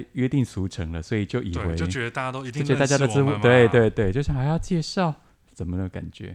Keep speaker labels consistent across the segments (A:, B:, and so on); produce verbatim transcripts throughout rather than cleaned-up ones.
A: 约定俗成了，所以就以为
B: 就觉得大家都一定
A: 认识我们嘛，就觉得大家都知乎，对对对，就像还要介绍，怎么的感觉？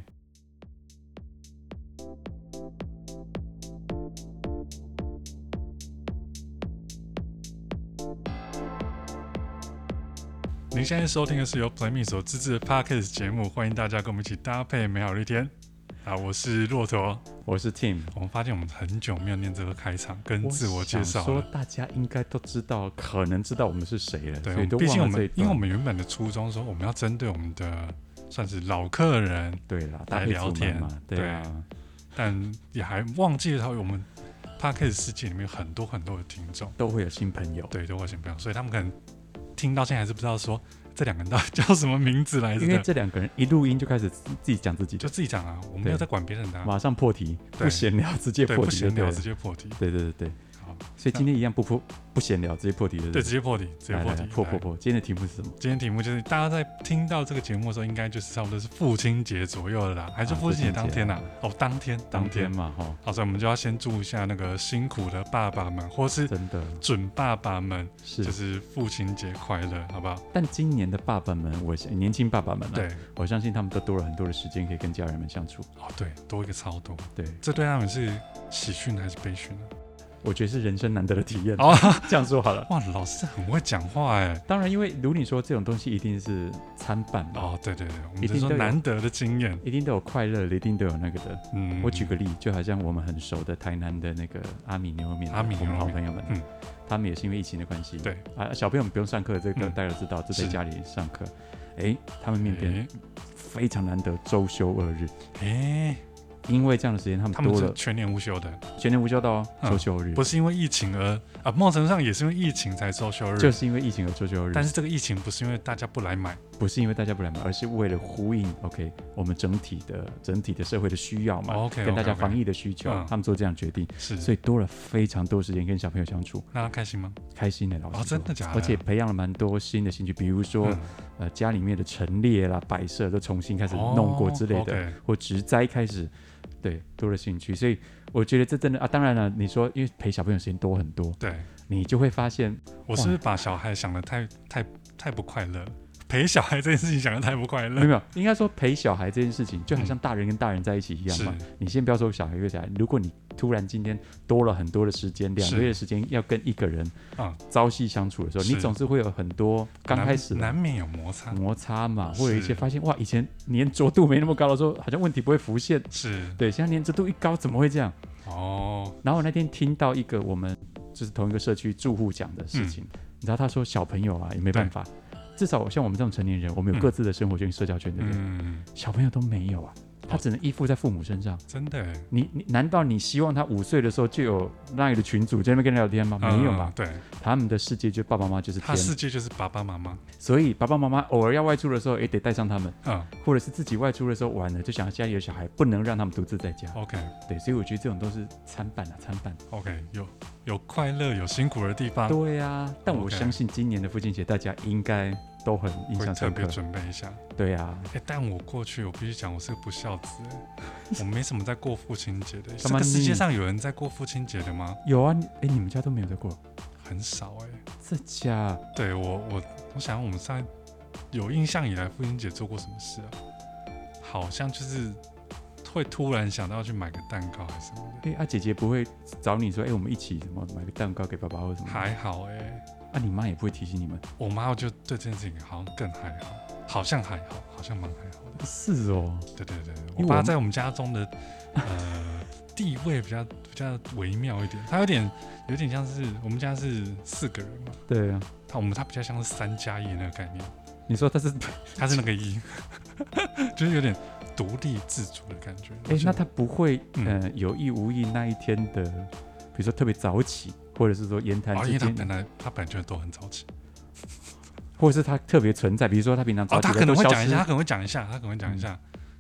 B: 您现在收听的是由 Play Me 所自制的 Podcast 节目，欢迎大家跟我们一起搭配美好的一天。啊，我是骆驼，
A: 我是 Tim。
B: 我们发现我们很久没有念这个开场跟自我介绍了。
A: 我想说大家应该都知道，可能知道我们是谁了。
B: 对，毕竟我们因为我们原本的初衷说我们要针对我们的算是老客人，
A: 对啦，
B: 来聊天
A: 嘛，对啊。
B: 对，但也还忘记了我们 Podcast 世界里面有很多很多的听众，
A: 都会有新朋友，
B: 对，都会有新朋友，所以他们可能听到现在还是不知道说这两个人到底叫什么名字来着？
A: 因为这两个人一录音就开始自己讲自己，
B: 就自己讲啊，我们没有在管别人的、啊，
A: 马上破题，不闲聊直接破题，
B: 不闲聊直接破题，
A: 对对对对。好，所以今天一样不破不闲聊，直接破题的，
B: 对，直接破题，直接破题，
A: 破破破。今天的题目是什么？
B: 今天题目就是大家在听到这个节目的时候，应该就是差不多是父亲节左右了啦，还是父亲节当天啊？哦，当天，
A: 当天嘛，哈。
B: 好，所以我们就要先祝一下那个辛苦的爸爸们，或是
A: 真的
B: 准爸爸们，
A: 是
B: 就是父亲节快乐，好不好？
A: 但今年的爸爸们，我年轻爸爸们、啊，
B: 对，
A: 我相信他们都多了很多的时间可以跟家人们相处。
B: 哦，对，多一个超多，
A: 对，
B: 这对他们是喜讯还是悲讯呢？
A: 我觉得是人生难得的体验哦，这样说好了。
B: 哇，老师很会讲话哎。
A: 当然，因为如你说，这种东西一定是参半嘛。
B: 哦，对对对，我们就说难得的经验，
A: 一定都有快乐的，一定都有那个的。
B: 嗯，
A: 我举个例，就好像我们很熟的台南的那个阿米牛肉面，
B: 阿米牛肉面
A: 好朋友们，
B: 嗯，
A: 他们也是因为疫情的关系，
B: 对
A: 啊，小朋友们不用上课，这个大家都知道，就在家里上课。哎，他们面边非常难得周休二日，
B: 哎。
A: 因为这样的时间，他们多了，
B: 他们是全年无休的，
A: 全年无休的哦，周休日、
B: 嗯，不是因为疫情而啊，某种程度上也是因为疫情才周休日，
A: 就是因为疫情而周休日。
B: 但是这个疫情不是因为大家不来买，
A: 不是因为大家不来买，而是为了呼应 OK 我们整体的整体的社会的需要嘛、
B: 哦、，OK，,
A: 跟大家防疫的需求，
B: okay, okay,
A: 他们做这样决定，
B: 是，
A: 所以多了非常多时间跟小朋友相处。
B: 那他开心吗？
A: 开心的，老师、
B: 哦，真的假的？
A: 而且培养了蛮多新的兴趣，比如说、嗯、呃家里面的陈列啦、摆设都重新开始弄过之类的，
B: 哦 okay、
A: 或植栽开始。对，多了兴趣，所以我觉得这真的啊，当然了，你说因为陪小朋友时间多很多，
B: 对，
A: 你就会发现，
B: 我是不是把小孩想得太太太不快乐？陪小孩这件事情想得太不快乐，
A: 没有，应该说陪小孩这件事情就好像大人跟大人在一起一样嘛。嗯、你先不要说小孩跟小孩，如果你突然今天多了很多的时间，两个月的时间要跟一个人朝夕相处的时候，你总是会有很多刚开始
B: 难, 难免有摩擦
A: 摩擦嘛，或者一些发现哇，以前粘着度没那么高的时候，好像问题不会浮现。
B: 是，
A: 对，现在粘着度一高，怎么会这样？
B: 哦。
A: 然后我那天听到一个我们就是同一个社区住户讲的事情，嗯、你知道他说小朋友啊也没办法。至少像我们这种成年人，我们有各自的生活圈、社交圈的人，嗯、小朋友都没有啊，他只能依附在父母身上。
B: 真的？
A: 你你难道你希望他五岁的时候就有那里的群组在那边跟他聊天吗？嗯、没有嘛。
B: 对，
A: 他们的世界就爸爸妈妈就是天，
B: 他世界就是爸爸妈妈。
A: 所以爸爸妈妈偶尔要外出的时候，也得带上他们。
B: 嗯，
A: 或者是自己外出的时候玩了，就想要家里的小孩不能让他们独自在家。
B: OK，
A: 对，所以我觉得这种都是参半啊，参半。
B: OK， 有有快乐有辛苦的地方。
A: 对啊，但我相信今年的父亲节大家应该都很印象深刻，
B: 会特别准备一下。
A: 对啊，
B: 欸、但我过去我必须讲，我是个不孝子，我没什么在过父亲节的。这个世界上有人在过父亲节的吗？
A: 有啊，哎、欸，你们家都没有在过？
B: 很少哎、欸，
A: 这家？
B: 对我我我想我们上有印象以来父亲节做过什么事啊？好像就是会突然想到去买个蛋糕还是什么的。
A: 哎、欸，啊姐姐不会找你说，哎、欸，我们一起什么买个蛋糕给爸爸或什么？
B: 还好哎、欸。
A: 啊，你妈也不会提醒你们？
B: 我妈就对这件事情好像更还好，好像还好，好像蛮还好的。
A: 是哦，
B: 对对对，我爸在我们家中的呃地位比较比较微妙一点，他有点有点像是我们家是四个人嘛，
A: 对啊，
B: 他我们他比较像是三加一那个概念。
A: 你说他是
B: 他是那个一，就是有点独立自主的感觉。
A: 哎、欸，那他不会、嗯、呃有意无意那一天的，比如说特别早起。或者是说言谈之间、
B: 哦，因为他本来他本来就都很早起，
A: 或者是他特别存在，比如说他平常早起、
B: 哦，他可能会讲一下，他可能会讲一下，他可能会讲一下，嗯、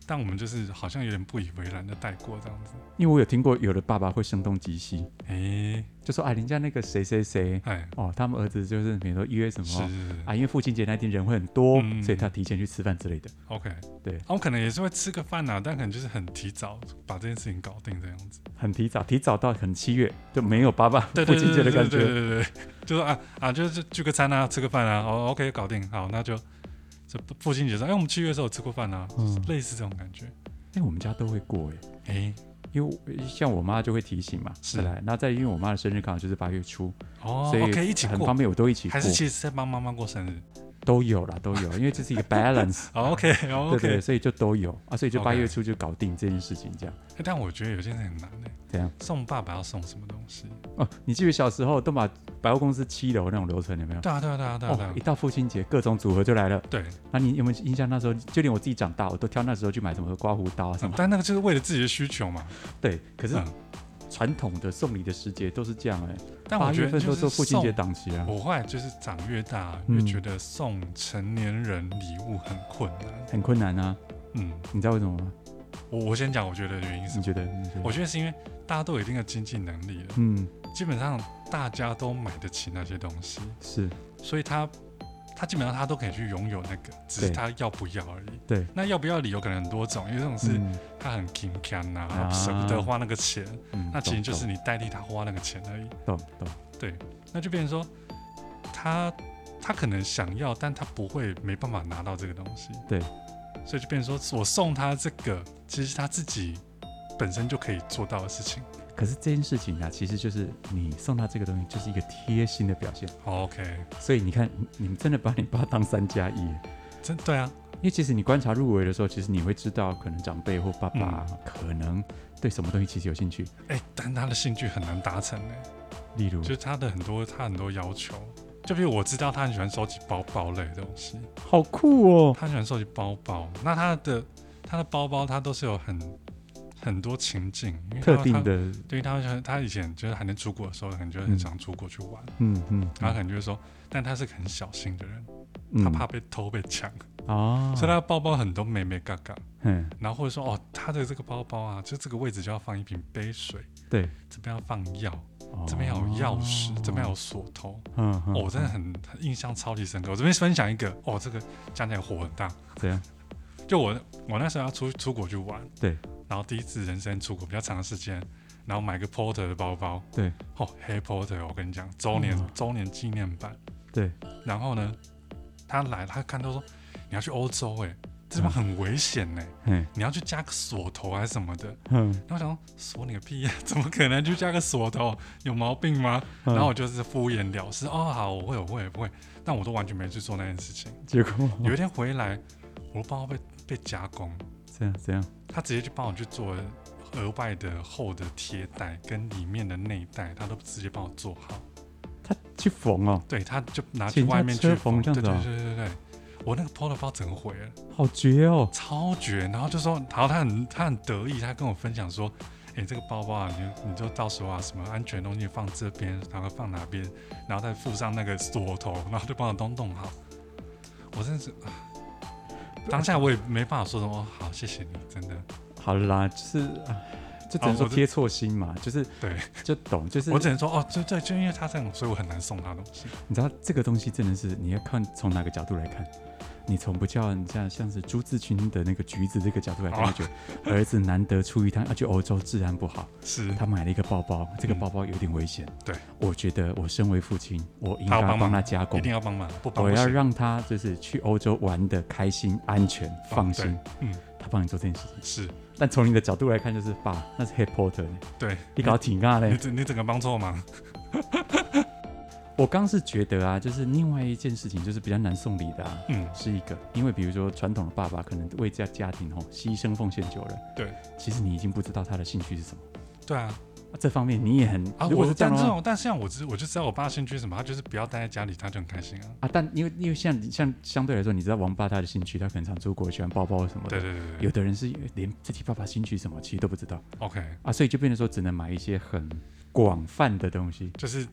B: 但我们就是好像有点不以为然的带过这样子。
A: 因为我有听过有的爸爸会声东击西，
B: 哎、欸，
A: 就说啊，人家那个谁谁谁，哦，他们儿子就是比如说约什么啊，因为父亲节那天人会很多，嗯、所以他提前去吃饭之类的。
B: OK，
A: 对，
B: 我、啊、可能也是会吃个饭啊，但可能就是很提早把这件事情搞定这样子。
A: 很提早，提早到可能七月就没有爸爸父亲节的感觉。
B: 对对对对对，就说啊啊，就是聚个餐啊，吃个饭啊，哦 OK 搞定，好，那就这父亲节说，哎、欸，我们七月的时候有吃过饭啊，嗯、类似这种感觉。
A: 哎、欸，我们家都会过哎、欸，哎、欸。因为像我妈就会提醒嘛，是来，那再因为我妈的生日刚好就是八月初，
B: 哦，
A: 所以
B: 可以一起过，
A: 很方便，我都一起过。
B: 还是其实在帮妈妈过生日，
A: 都有啦，都有，因为这是一个 balance 。
B: OK OK，
A: 对对，所以就都有啊，所以就八月初就搞定这件事情这样。
B: 欸、但我觉得有件事很难哎、欸，
A: 怎样？
B: 送爸爸要送什么东西？
A: 哦，你记得小时候都把百货公司七楼那种流程有没有？
B: 对啊对啊对啊对啊，對啊、
A: 哦，一到父亲节各种组合就来了。
B: 对，
A: 那你有没有印象？那时候就连我自己长大，我都挑那时候去买什么刮胡刀啊什么、嗯。
B: 但那个就是为了自己的需求嘛。
A: 对，可是传统的送礼的时节都是这样哎、欸。
B: 但我觉得就是
A: 都是父亲节档期啊。
B: 我后来就是长越大，越觉得送成年人礼物很困难，
A: 很困难啊。嗯，你知道为什么吗？
B: 我我先讲，我觉得原因是，
A: 你觉得？你觉得
B: 我觉得是因为大家都有一定的经济能力了，嗯，基本上大家都买得起那些东西，是，所以他他基本上他都可以去拥有那个，只是他要不要而已。对，那要不要理由可能很多种，因为这种是他很勤俭啊，他舍不得花那个钱，嗯、那其实就是你代替他花那个钱而已。
A: 懂懂。
B: 对，那就变成说他他可能想要，但他不会没办法拿到这个东西。对。所以就变成说，我送他这个，其实他自己本身就可以做到的事情。
A: 可是这件事情啊，其实就是你送他这个东西，就是一个贴心的表现。
B: Oh, OK。
A: 所以你看，你们真的把你爸当三加一，
B: 真对啊。
A: 因为其实你观察入围的时候，其实你会知道，可能长辈或爸爸、嗯、可能对什么东西其实有兴趣。
B: 哎、欸，但他的兴趣很难达成哎。
A: 例如，
B: 就是他的很多他很多要求。就比如我知道他很喜欢收集包包类的东西，
A: 好酷哦！
B: 他喜欢收集包包，那他的他的包包他都是有很很多情境，
A: 特定的。
B: 对，他他以前就是还能出国的时候，可能就很想出国去玩，嗯嗯，他可能就会说，但他是个很小心的人，嗯、他怕被偷被抢哦，所以他的包包很多美美嘎嘎，嗯，然后或者说哦，他的这个包包啊，就这个位置就要放一瓶杯水，对，这边要放药。这边有钥匙，哦、这边有锁头，嗯，嗯哦，我真的很印象超级深刻。我这边分享一个，哦，这个讲起来火很大。
A: 怎样？
B: 就我我那时候要出出国去玩，
A: 对，
B: 然后第一次人生出国比较长的时间，然后买个 Porter 的包包，
A: 对，
B: 哦，黑 Porter， 我跟你讲，周年、嗯、周年纪念版，
A: 对。
B: 然后呢，他来，他看到说你要去欧洲、欸，哎。这边很危险呢、欸，嗯、你要去加个锁头还是什么的，嗯、然后我想说锁你个屁呀、啊，怎么可能去加个锁头？有毛病吗？嗯、然后我就是敷衍了事，哦好，我会我会我会，但我都完全没去做那件事情。
A: 结果
B: 有一天回来，我的包被被加工，
A: 这样这样，
B: 他直接就帮我去做额外的厚的贴带跟里面的内带，他都直接帮我做好。
A: 他去缝哦？
B: 对，他就拿去外面去
A: 缝，这样子、哦、
B: 对对对对对。我那个 Porter 包整个毁了，
A: 好绝哦，
B: 超绝！然后就说，然后他很他很得意，他跟我分享说，哎、欸，这个包包啊，你你就到时候啊，什么安全东西放这边，然后放哪边，然后再附上那个锁头，然后就帮我都弄好。我真的是，当下我也没办法说什么，哦、好，谢谢你，真的。
A: 好啦，就是啊，就只能说贴错心嘛，哦、就是
B: 对，
A: 就懂，就是
B: 我只能说哦，就对，就因为他这样，所以我很难送他东西。
A: 你知道这个东西真的是你要看从哪个角度来看。你从不叫你像像是朱自清的那个橘子这个角度来看，就、哦、觉得儿子难得出一趟要去欧洲，治安不好，是他买了一个包包，这个包包有点危险。嗯、对，我觉得我身为父亲，我应该帮他加工，
B: 一定要帮忙，不帮
A: 我要让他就是去欧洲玩的开心、安全、放心。哦、嗯，他帮你做这件事情
B: 是，
A: 但从你的角度来看，就是爸，那是 Harry Potter 呢。
B: 对，
A: 你搞挺啊嘞，
B: 你你整个帮错忙。
A: 我刚是觉得啊，就是另外一件事情，就是比较难送礼的啊，嗯，是一个，因为比如说传统的爸爸可能为家家庭哦牺牲奉献久了，对，其实你已经不知道他的兴趣是什么，
B: 对啊，
A: 这方面你也很啊，如果是这样的话，
B: 但像我知我就知道我爸兴趣是什么，他就是不要待在家里，他就很开心啊
A: 啊，但因为因为像像相对来说，你知道王爸他的兴趣，他可能常出国，喜欢包包什么的，
B: 对对对对，
A: 有的人是连自己爸爸兴趣什么其实都不知道
B: ，OK
A: 啊，所以就变成说只能买一些很广泛的东西，
B: 就是。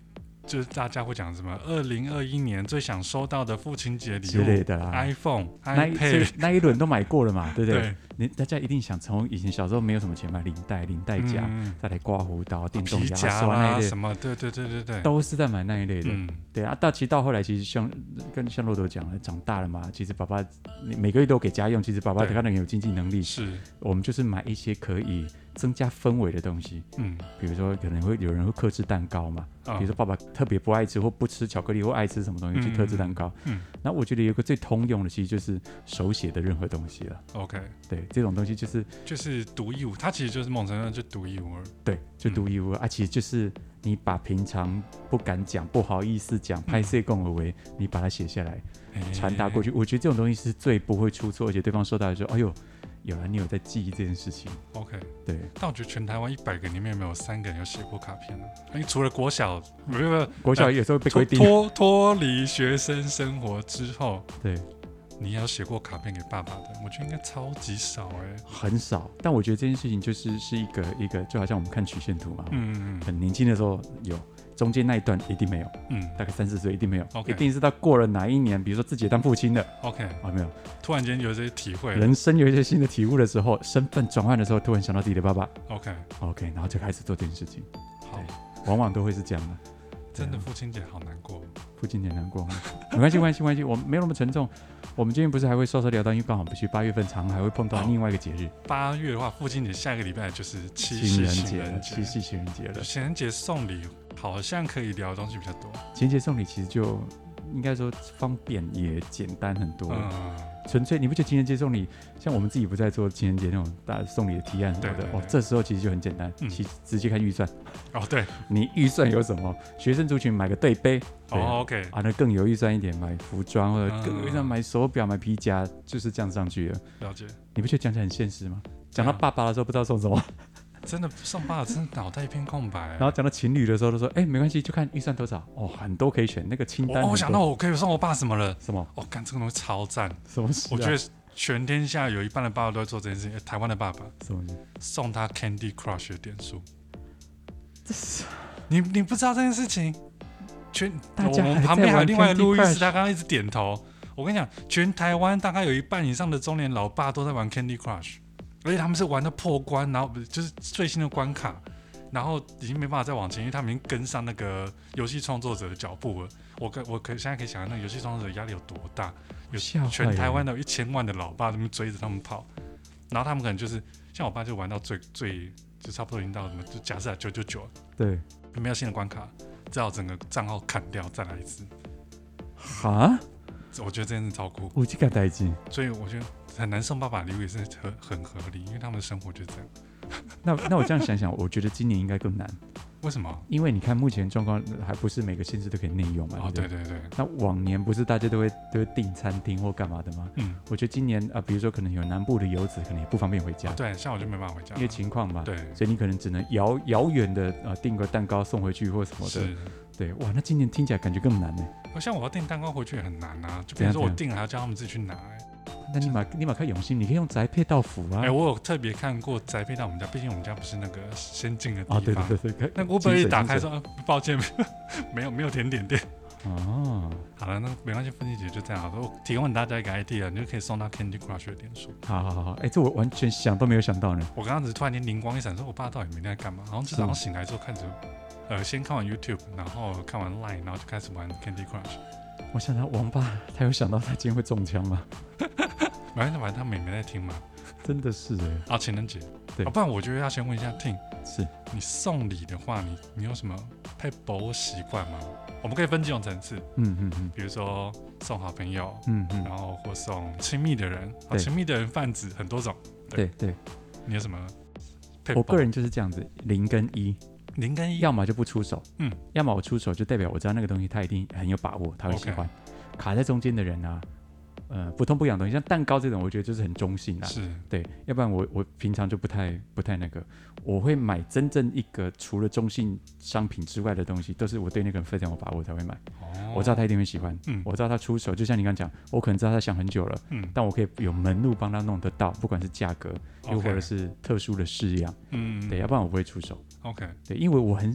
B: 就是大家会讲什么二零二一年最想收到的父亲节礼物
A: 之类的啦
B: ，iPhone、iPad
A: 那一轮都买过了嘛，对不对？
B: 对，
A: 你大家一定想从以前小时候没有什么钱买领带、领带夹，嗯、再来刮胡刀、电动牙刷那一类
B: 什么，对对对对对，
A: 都是在买那一类的。
B: 嗯、
A: 对啊，到其实到后来，其实像跟像骆驼讲了，长大了嘛，其实爸爸每个月都给家用，其实爸爸可能有经济能力，
B: 是
A: 我们就是买一些可以增加氛围的东西，嗯，比如说可能会有人会客制蛋糕嘛，哦、比如说爸爸特别不爱吃或不吃巧克力或爱吃什么东西，就客制蛋糕。嗯，那我觉得有一个最通用的，其实就是手写的任何东西了。
B: OK，
A: 对，这种东西就是
B: 就是独一无，它其实就是某种程度上就独一无二。
A: 对，就独一无二、嗯、啊，其实就是你把平常不敢讲、不好意思讲、拍摄共而为，你把它写下来，传达过去。我觉得这种东西是最不会出错，而且对方收到的时候，哎呦。有了，你有在记忆这件事情。
B: OK，
A: 对。
B: 但我觉得全台湾一百个里面有没有三个人有写过卡片呢、啊？因为除了国小，没有
A: 国小有时候被规定
B: 脱脱离学生生活之后，
A: 对，
B: 你要写过卡片给爸爸的，我觉得应该超级少哎、欸，
A: 很少。但我觉得这件事情就是是一个一个，就好像我们看曲线图嘛，嗯嗯嗯，很年轻的时候有。中间那一段一定没有，嗯，大概三四岁一定没有，
B: okay,
A: 一定是到过了哪一年，比如说自己当父亲了
B: ，OK，
A: 啊没有，
B: 突然间有这些体会，
A: 人生有一些新的体悟的时候，身份转换的时候，突然想到自己的爸爸
B: ，OK，OK，、
A: okay, 然后就开始做这件事情，
B: 好，
A: 往往都会是这样的。
B: 真的父亲节好难过，
A: 父亲节难过，没关系，没关系，没关系，我们没有那么沉重。我们今天不是还会稍稍聊到，因为刚好不去八月份，常还会碰到另外一个节日。
B: 八、哦、月的话，父亲节下一个礼拜就是七
A: 夕
B: 情人节，
A: 七夕情人节了。
B: 情人节送礼好像可以聊的东西比较多。
A: 情人节送礼其实就应该说方便也简单很多。嗯，纯粹你不觉得情人节送礼，像我们自己不在做情人节那种大送礼的提案什么的，对对对哦，这时候其实就很简单，嗯、其直接看预算。
B: 哦，对，
A: 你预算有什么？学生族群买个对杯，
B: 哦 ，OK，
A: 啊，那更有预算一点，买服装或者更有预算买手表、买皮夹，就是这样上去了。
B: 了解，
A: 你不觉得讲起来很现实吗？讲到爸爸的时候，不知道送什么。
B: 真的送爸爸，真的脑袋一片空白。
A: 然后讲到情侣的时候，都说：“哎、欸，没关系，就看预算多少哦，很多可以选，那个清单。
B: 哦”我想到我可以送我爸什么了？
A: 什么？
B: 哦，干这个东西超赞！
A: 什么事、啊？
B: 我觉得全天下有一半的爸爸都在做这件事情。台湾的爸爸
A: 什么？
B: 送他 Candy Crush 的点数。
A: 这是
B: 你你不知道这件事情？全
A: 大家
B: 我们旁边还有另外的路易斯，他刚刚一直点头。我跟你讲，全台湾大概有一半以上的中年老爸都在玩 Candy Crush。而且他们是玩到破关，然后就是最新的关卡，然后已经没办法再往前，因为他们已经跟上那个游戏创作者的脚步了。我可我可现在可以想象，那个游戏创作者压力有多大？有全台湾的有一千万的老爸，他们追着他们跑，然后他们可能就是像我爸就玩到最最就差不多已经到什么，就假设九九九，
A: 对，
B: 没有新的关卡，只好整个账号砍掉再来一次。
A: 哈？
B: 我觉得这件事超酷，
A: 我这个代志，
B: 所以我觉得很难送爸爸礼物也是很很合理，因为他们的生活就是这样。
A: 那那我这样想想，我觉得今年应该更难。
B: 为什么？
A: 因为你看目前状况还不是每个县市都可以内用嘛。
B: 哦，对对对。
A: 那往年不是大家都会都会订餐厅或干嘛的吗？嗯。我觉得今年啊、呃，比如说可能有南部的游子，可能也不方便回家。
B: 哦、对，像我就没办法回家，
A: 因为情况嘛。
B: 对。
A: 所以你可能只能遥遥远的啊订个蛋糕送回去或什么的。
B: 是。
A: 对，哇，那今年听起来感觉更难呢。
B: 像我要订蛋糕回去也很难啊，就比如说我订了还要叫他们自己去拿、欸。
A: 那你买你买看永信，你可以用宅配到府啊。
B: 哎、欸，我有特别看过宅配到我们家，毕竟我们家不是那个先进的地方。
A: 哦，对对对对。
B: 那 Uber 一打开说、啊，抱歉，没有没有甜点店。
A: 哦，
B: 好了，那没关系，父亲节就这样。我提供大家一个 idea， 你就可以送到 Candy Crush 的点数。
A: 好好好，哎、欸，这我完全想都没有想到呢。
B: 我刚刚只是突然间灵光一闪，说我爸到底每天在干嘛？好像早上醒来之后看着，呃，先看完 YouTube， 然后看完 Line， 然后就开始玩 Candy Crush。
A: 我想到王爸，他有想到他今天会中枪吗？
B: 反正反正他们也没在听嘛。
A: 真的是哎。
B: 啊，情人节。
A: 对、
B: 哦。不然我觉得要先问一下 Tim，
A: 是
B: 你送礼的话，你你有什么配博习惯吗？我们可以分几种层次。嗯嗯嗯。比如说送好朋友，嗯嗯，然后或送亲密的人，好，亲密的人泛指很多种。
A: 对 对, 对。
B: 你有什么配？
A: 我个人就是这样子，零跟一。
B: 零跟一，
A: 要么就不出手，
B: 嗯，
A: 要么我出手就代表我知道那个东西他一定很有把握，他会喜欢。Okay. 卡在中间的人啊，呃，不痛不痒的东西，像蛋糕这种，我觉得就是很中性啦。
B: 是，
A: 对，要不然我我平常就不太不太那个，我会买真正一个除了中性商品之外的东西，都是我对那个人非常有把握才会买。哦，我知道他一定会喜欢，嗯，我知道他出手，就像你刚刚讲，我可能知道他想很久了，嗯，但我可以有门路帮他弄得到，不管是价格，又或者是特殊的式样，嗯，对，要不然我不会出手。
B: OK，
A: 对，因为我很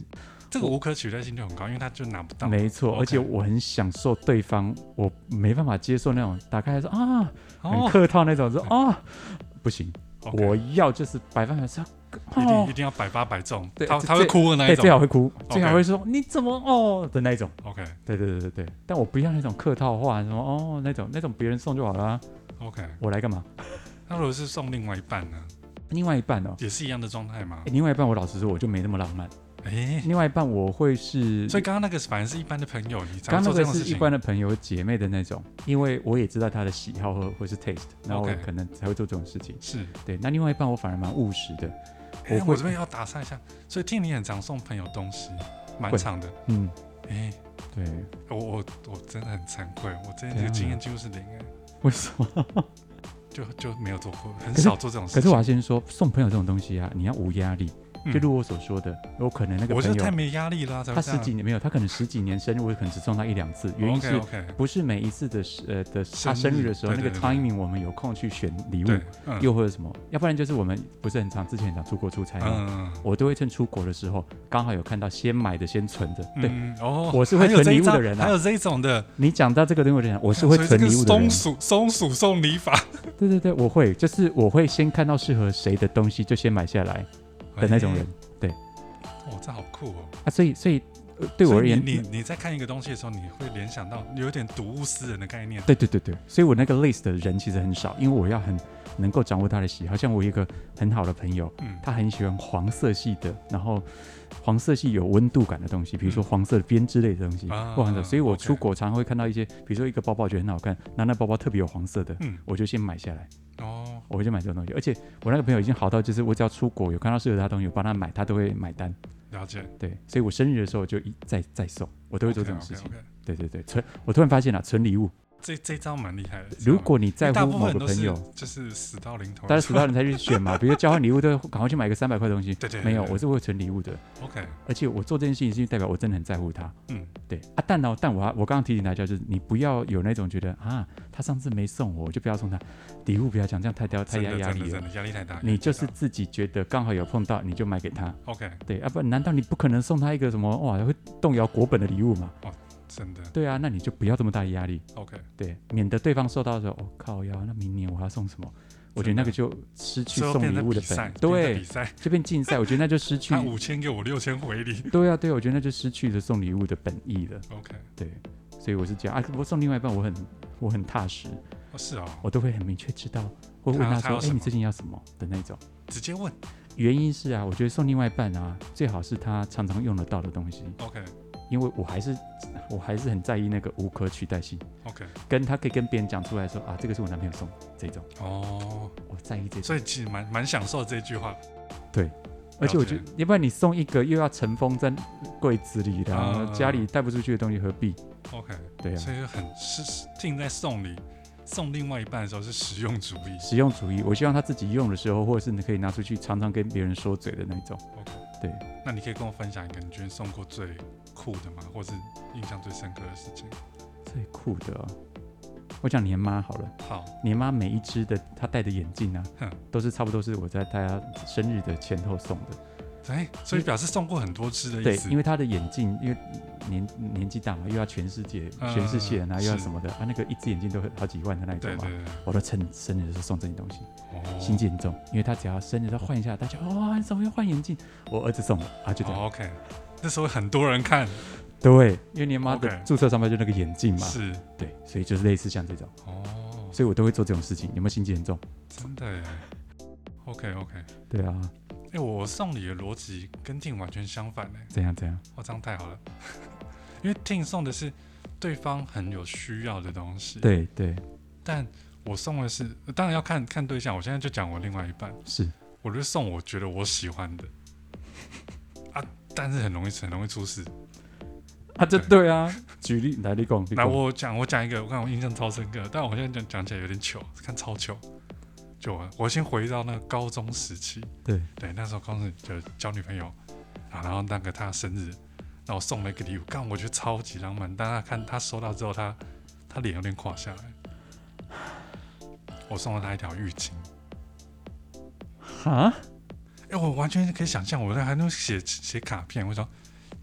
B: 这个无可取代性就很高，因为他就拿不到。
A: 没错，
B: okay.
A: 而且我很享受对方，我没办法接受那种打开来说啊，很客套那种，说啊不行， okay. 我要就是百分百是。
B: 一定一定要百发百中，他他会哭的那一种，
A: 最好会哭，
B: okay.
A: 最好会说你怎么哦的那一种。
B: OK，
A: 对对对对对，但我不要那种客套话，什么哦那种那种别人送就好了、啊。
B: OK，
A: 我来干嘛？
B: 那如果是送另外一半呢？
A: 另外一半哦，
B: 也是一样的状态吗？
A: 另外一半我老实说我就没那么浪漫。欸、另外一半我会是，
B: 所以刚刚那个反而是一般的朋友，你
A: 刚刚那个是一般的朋友姐妹的那种，因为我也知道他的喜好或或是 taste， 然后我可能才会做这种事情。
B: 是
A: 对，那另外一半我反而蛮务实的。
B: 欸、我这边要打岔一下，所以听你很常送朋友东西，蛮长的。嗯，哎、欸，
A: 对，
B: 我我我真的很惭愧，我这这个经验几乎是零哎。
A: 为什么？
B: 就就没有做过，很少做这种事情。
A: 可是我要先说，送朋友这种东西啊，你要无压力。就如我所说的，有可能那个朋友
B: 我就太没压力了、啊，
A: 他十几年没有，他可能十几年生日，我可能只送他一两次，原因是不是每一次的呃的他生日的时候，那个 timing 我们有空去选礼物，嗯、又或者什么，要不然就是我们不是很常之前很常出国出差嘛，嗯、我都会趁出国的时候刚好有看到先买的先存着，对，
B: 嗯哦、
A: 我是会存礼物的人啊，
B: 还有这种的，
A: 你讲到这个东西我就讲，我是会存礼物的人，
B: 松鼠松鼠送礼法，
A: 对对对，我会就是我会先看到适合谁的东西就先买下来的那种人，对。
B: 哦，这好酷哦！
A: 啊，所以所以、呃、对我而言，
B: 你 你, 你在看一个东西的时候，你会联想到有点睹物思人的概念。
A: 对对对对，所以我那个 list 的人其实很少，因为我要很能够掌握他的喜好。像我一个很好的朋友，嗯、他很喜欢黄色系的，然后黄色系有温度感的东西，比如说黄色的编织类的东西，嗯、或黄色。所以我出国常常会看到一些，比如说一个包包觉得很好看，那那包包特别有黄色的，嗯、我就先买下来。哦，我会先买这种东西，而且我那个朋友已经好到，就是我只要出国有看到适合他的东西，我帮他买，他都会买单。
B: 了解，
A: 对，所以我生日的时候就一再再送，我都会做这种事情。Okay, okay, okay. 对对对，存，我突然发现了，存礼物，
B: 这这招蛮厉害的。
A: 如果你在乎某个朋友，
B: 是就是死到临头，
A: 但是死到临头才去选嘛，比如交换礼物都赶快去买个三百块东西。
B: 对 对, 对, 对, 对，
A: 没有，我是会存礼物的。
B: OK，
A: 而且我做这件事情是代表我真的很在乎他。嗯，对啊，但呢，但我我刚刚提醒大家，就是你不要有那种觉得啊，他上次没送我，我就不要送他礼物，不要讲这样太掉太压压力了，
B: 真的压力太大。
A: 你就是自己觉得刚好有碰到，你就买给他。
B: OK，
A: 对，啊不，难道你不可能送他一个什么哇会动摇国本的礼物吗？
B: 哦，真的。
A: 对啊，那你就不要这么大的压力。
B: OK，
A: 对，免得对方收到的时候，哦靠腰，那明年我要送什么？我觉得那个就失去送礼物的本，对，就变竞赛。我觉得那就失去。
B: 他五千给我六千回礼。
A: 对啊，对啊，我觉得那就失去了送礼物的本意了。
B: OK，
A: 对，所以我是这样啊。我送另外一半，我很我很踏实。
B: 哦，是哦，
A: 我都会很明确知道，会问他说：“哎、欸，你最近要什么？”的那种。
B: 直接问。
A: 原因是啊，我觉得送另外一半啊，最好是他常常用得到的东西。
B: OK。
A: 因为我还是我还是很在意那个无可取代性。
B: OK，
A: 跟他可以跟别人讲出来说啊，这个是我男朋友送的这种。
B: 哦，
A: 我在意这种，
B: 所以其实蛮蛮享受这句话。
A: 对，而且我觉得，要不然你送一个又要尘封在柜子里的、啊，嗯、家里带不出去的东西何必
B: ？OK，
A: 对啊，
B: 所以很是听在送礼送另外一半的时候是实用主义。
A: 实用主义，我希望他自己用的时候，或者是你可以拿出去常常跟别人说嘴的那种。
B: OK，
A: 对，
B: 那你可以跟我分享一个你觉得送过最酷的吗？或是印象最深刻的事情？
A: 最酷的、哦，我讲年妈好了。
B: 好，
A: 年妈每一只的她戴的眼镜啊，都是差不多是我在她生日的前后送的。
B: 哎，所以表示送过很多只的意思。
A: 对，因为她的眼镜，因为年年纪大嘛，又要全世界、呃、全世界人啊，又要什么的啊，那个一只眼镜都好几万的那种嘛。对对对，我都趁生日的时候送这些东西，哦、心机很重，因为他只要生日他换一下，大家哇，你怎么又换眼镜？我儿子送的啊，就这样。
B: 哦、OK， 那时候很多人看。
A: 对，因为年妈的注册上面就那个眼镜嘛。
B: 是。
A: 对，所以就是类似像这种。哦。所以我都会做这种事情，有没有心机很重？
B: 真的耶。OK OK。
A: 对啊。
B: 哎、欸，我送礼的逻辑跟 Tim 完全相反哎。
A: 怎样怎样？
B: 哦，这样太好了，因为 Tim 送的是对方很有需要的东西。
A: 对对。
B: 但我送的是，当然要看看对象。我现在就讲我另外一半，
A: 是，
B: 我就送我觉得我喜欢的啊，但是很容易很容易出事。
A: 啊，这对啊。举例来，你讲。
B: 来，我讲我讲一个，我看我印象超深刻，但我现在讲讲起来有点糗，看超糗。就我先回到那个高中时期，
A: 对
B: 对，那时候高中就交女朋友啊，然后那个她生日，然后我送了一个礼物，干我觉得超级浪漫。但他看他收到之后，他他脸有点垮下来。我送了他一条浴巾。
A: 哈？
B: 哎、欸，我完全可以想象，我还能写写卡片，我说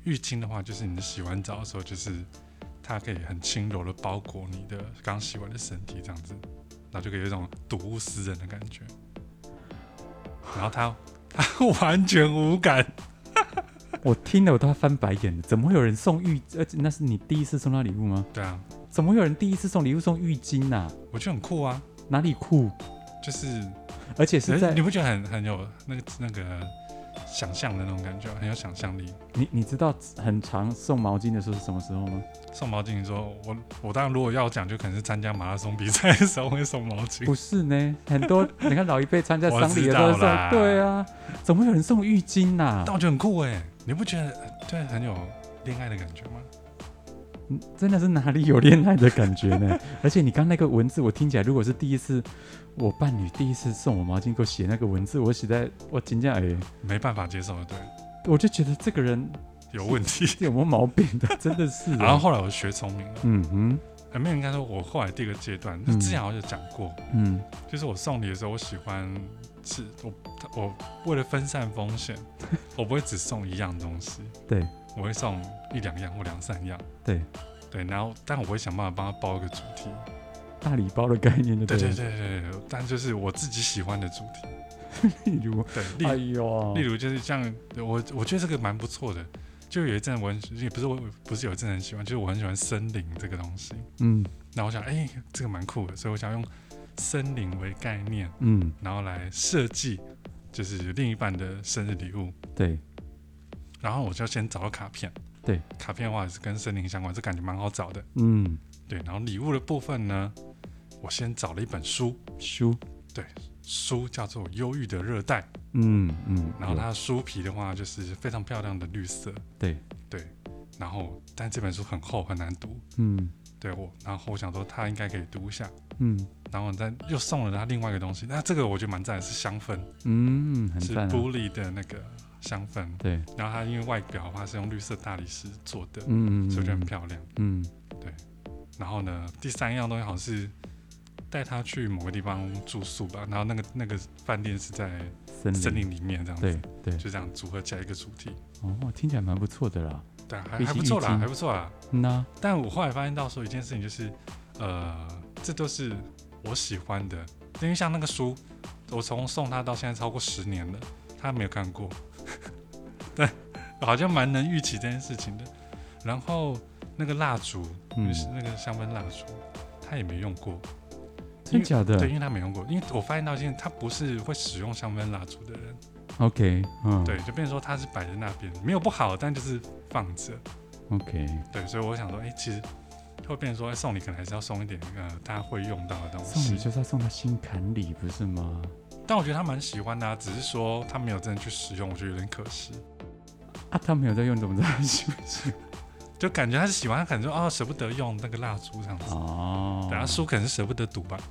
B: 浴巾的话，就是你洗完澡的时候，就是它可以很轻柔的包裹你的刚洗完的身体，这样子，然后就可以有一种睹物思人的感觉。然后它它完全无感。
A: 我听了我都要翻白眼了，怎么会有人送浴？而且那是你第一次送他礼物吗？
B: 对啊。
A: 怎么会有人第一次送礼物送浴巾啊？
B: 我觉得很酷啊。
A: 哪里酷？
B: 就是，
A: 而且是在
B: 你不觉得很很有那个那个想象的那种感觉，很有想象力。
A: 你你知道很常送毛巾的时候是什么时候吗？
B: 送毛巾，你说我我当然如果要讲，就可能是参加马拉松比赛的时候会送毛巾。
A: 不是呢，很多你看老一辈参加丧礼的时候送，对啊，怎么会有人送浴巾啊？
B: 但我觉得很酷哎，你不觉得对很有恋爱的感觉吗？
A: 嗯，真的是哪里有恋爱的感觉呢？而且你刚那个文字，我听起来，如果是第一次，我伴侣第一次送我毛巾给我写那个文字，我写在我真的哎
B: 没办法接受的，对，
A: 我就觉得这个人
B: 有问题，
A: 有没有毛病的，真的是。
B: 然后后来我学聪明了，
A: 嗯哼，
B: 还没有应该说，我后来第二个阶段，嗯、之前好像有讲过，嗯，就是我送礼的时候，我喜欢是，我我为了分散风险，我不会只送一样东西，
A: 对。
B: 我会送一两样或两三样，
A: 对
B: 对，然后但我会想办法帮他包一个主题，
A: 大礼包的概念就对，
B: 对对对对对，但就是我自己喜欢的主题，
A: 例如
B: 对，例
A: 哎呦，
B: 例如就是像我我觉得这个蛮不错的，就有一阵我很也不是我不是有一阵很喜欢，就是我很喜欢森林这个东西，嗯，然后我想哎、欸、这个蛮酷的，所以我想用森林为概念，嗯，然后来设计就是另一半的生日礼物，
A: 对。
B: 然后我就先找到卡片，
A: 对，
B: 卡片的话也是跟森林相关，这感觉蛮好找的，
A: 嗯，
B: 对。然后礼物的部分呢，我先找了一本书，
A: 书，
B: 对，书叫做《忧郁的热带》，
A: 嗯嗯。
B: 然后它的书皮的话就是非常漂亮的绿色，
A: 对
B: 对。然后，但这本书很厚，很难读，嗯，对我。然后我想说他应该可以读一下，嗯。然后再又送了他另外一个东西，那这个我觉得蛮赞的，是香氛，
A: 嗯，很赞、啊，
B: 是 Bully 的那个。香氛，
A: 对，
B: 然后它因为外表的话是用绿色大理石做的，嗯，所以就很漂亮，嗯，对。然后呢，第三样东西好像是带他去某个地方住宿吧，然后那个那个饭店是在森林里面这样子，
A: 对对，
B: 就这样组合起来一个主题。
A: 哦，听起来蛮不错的啦，
B: 对，还还不错啦，还不错啦。
A: 嗯啊，
B: 但我后来发现到说一件事情就是，呃，这都是我喜欢的，因为像那个书，我从送他到现在超过十年了，他没有看过。对，好像蛮能预期这件事情的。然后那个蜡烛，嗯，就是那个香氛蜡烛，他也没用过，
A: 真假的？
B: 对，因为他没用过，因为我发现到现在他不是会使用香氛蜡烛的人。
A: OK， 嗯，
B: 对，就变成说他是摆在那边，没有不好，但就是放着。
A: OK，
B: 对，所以我想说，哎、欸，其实会变成说，送礼可能还是要送一点呃大家会用到的东西。
A: 送礼就是要送他心坎里，不是吗？
B: 但我觉得他蛮喜欢的、啊，只是说他没有真的去使用，我觉得有点可惜。
A: 啊，他没有在用，怎么知道他喜欢喜欢？
B: 就感觉他是喜欢，他可能说哦舍不得用那个蜡烛这样子。哦。等下书可能是舍不得读吧。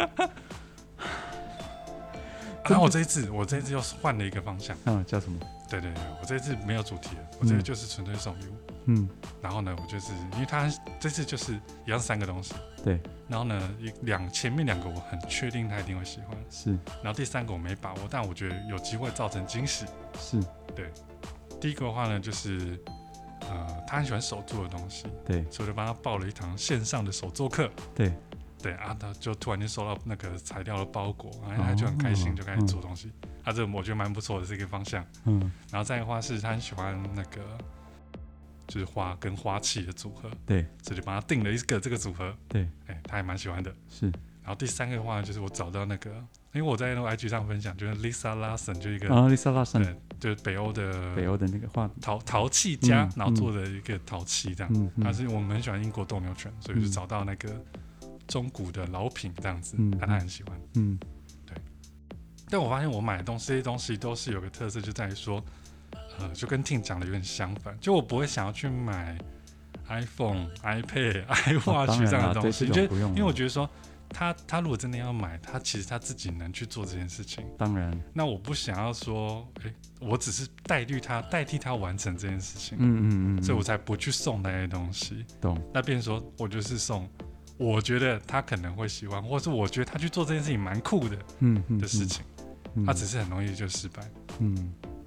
B: 然后我这一次，我这一次又换了一个方向。
A: 嗯，叫什么？
B: 对对对，我这一次没有主题了，我这个就是纯粹送礼物。嗯。然后呢，我就是因为他这次就是一样三个东西。
A: 对。
B: 然后呢，两前面两个我很确定他一定会喜欢。
A: 是。
B: 然后第三个我没把握，但我觉得有机会造成惊喜。
A: 是。
B: 对。第一个的话呢，就是呃，他很喜欢手做的东西。
A: 对。
B: 所以我就帮他报了一堂线上的手作课。
A: 对。
B: 对啊，他就突然间收到那个材料的包裹，然后他就很开心，就开始做东西。哦、他这个我觉得蛮不错的，是一个方向。嗯。然后再一个话是他很喜欢那个，就是花跟花器的组合。
A: 对。
B: 所以就帮他定了一个这个组合。
A: 对。
B: 哎、欸，他还蛮喜欢的。
A: 是。
B: 然后第三个的话就是我找到那个，因为我在那个 I G 上分享，就是 Lisa Larson 就一个
A: 啊 Lisa Larson，
B: 对，就是北欧的
A: 北欧的那个画
B: 陶陶器家、嗯，然后做的一个陶器这样。嗯嗯。他是我们很喜欢英国斗牛犬，所以就找到那个。中古的老品这样子，嗯、他很喜欢。嗯，对。但我发现我买的东西，这些东西都是有个特色，就在于说，呃，就跟 Tim 讲的有点相反。就我不会想要去买 iPhone、iPad、iWatch 这样的东西，就因为我觉得说，他他如果真的要买，他其实他自己能去做这件事情。
A: 当然。
B: 那我不想要说，哎、欸，我只是代替他，代替他完成这件事情。
A: 嗯嗯嗯。
B: 所以我才不去送那些东西。
A: 懂。
B: 那变成说我就是送。我觉得他可能会喜欢，或是我觉得他去做这件事情蛮酷的，嗯的事情，嗯嗯、他只是很容易就失败，嗯，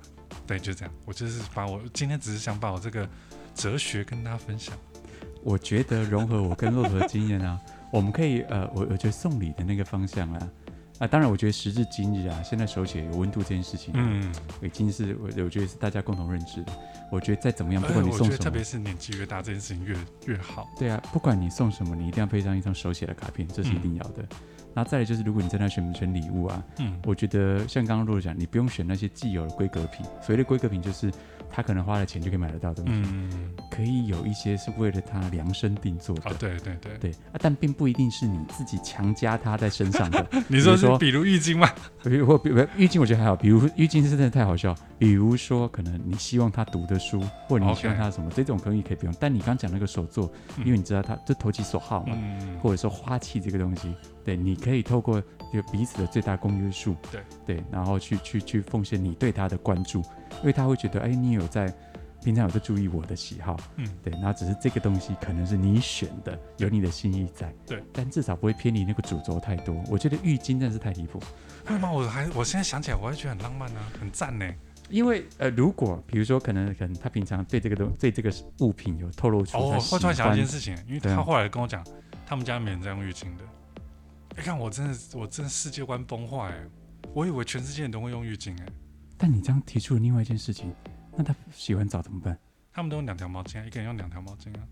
B: 对，就这样。我就是把我今天只是想把我这个哲学跟大家分享。
A: 我觉得融合我跟骆驼的经验啊，我们可以呃，我我觉得送礼的那个方向啊。啊，当然，我觉得时至今日啊，现在手写有温度这件事情，嗯，已经是我我觉得是大家共同认知的。我觉得再怎么样，不管你送什么，我觉得
B: 特别是年纪越大，这件事情越越好。
A: 对啊，不管你送什么，你一定要配上一张手写的卡片，这是一定要的。嗯，然后再来就是，如果你真的要选不选礼物啊，嗯，我觉得像刚刚洛洛讲，你不用选那些既有的规格品。所谓的规格品就是他可能花了钱就可以买得到的东西，嗯，可以有一些是为了他量身定做的，
B: 哦，对对对
A: 对啊，但并不一定是你自己强加他在身上的。
B: 你说是比如浴巾吗？
A: 比如或比如浴巾我觉得还好，比如浴巾是真的太好笑。比如说可能你希望他读的书，或者你希望他什么， okay. 这种可以可以不用。但你刚讲那个手作，嗯，因为你知道他这投其所好嘛，嗯，或者说花器这个东西，对，你可以透过就彼此的最大公约数，
B: 对
A: 对，然后去去去奉献你对他的关注，因为他会觉得，哎，你有在平常有在注意我的喜好，嗯，对，然后只是这个东西可能是你选的，有你的心意在，
B: 对，
A: 但至少不会偏离那个主轴太多。我觉得浴巾真的是太离谱。
B: 会吗？我还我现在想起来，我还觉得很浪漫啊，很赞呢。
A: 因为呃，如果比如说可能可能他平常对这个东对这个物品有透露出
B: 哦，我突然想到一件事情，因为他后来跟我讲，他们家没人在用浴巾的。你看我真的我真的世界观崩坏哎，我以为全世界人都会用浴巾哎。
A: 但你这样提出了另外一件事情，那他洗完澡怎么办？
B: 他们都用两条毛巾啊，一个人用两条毛巾啊。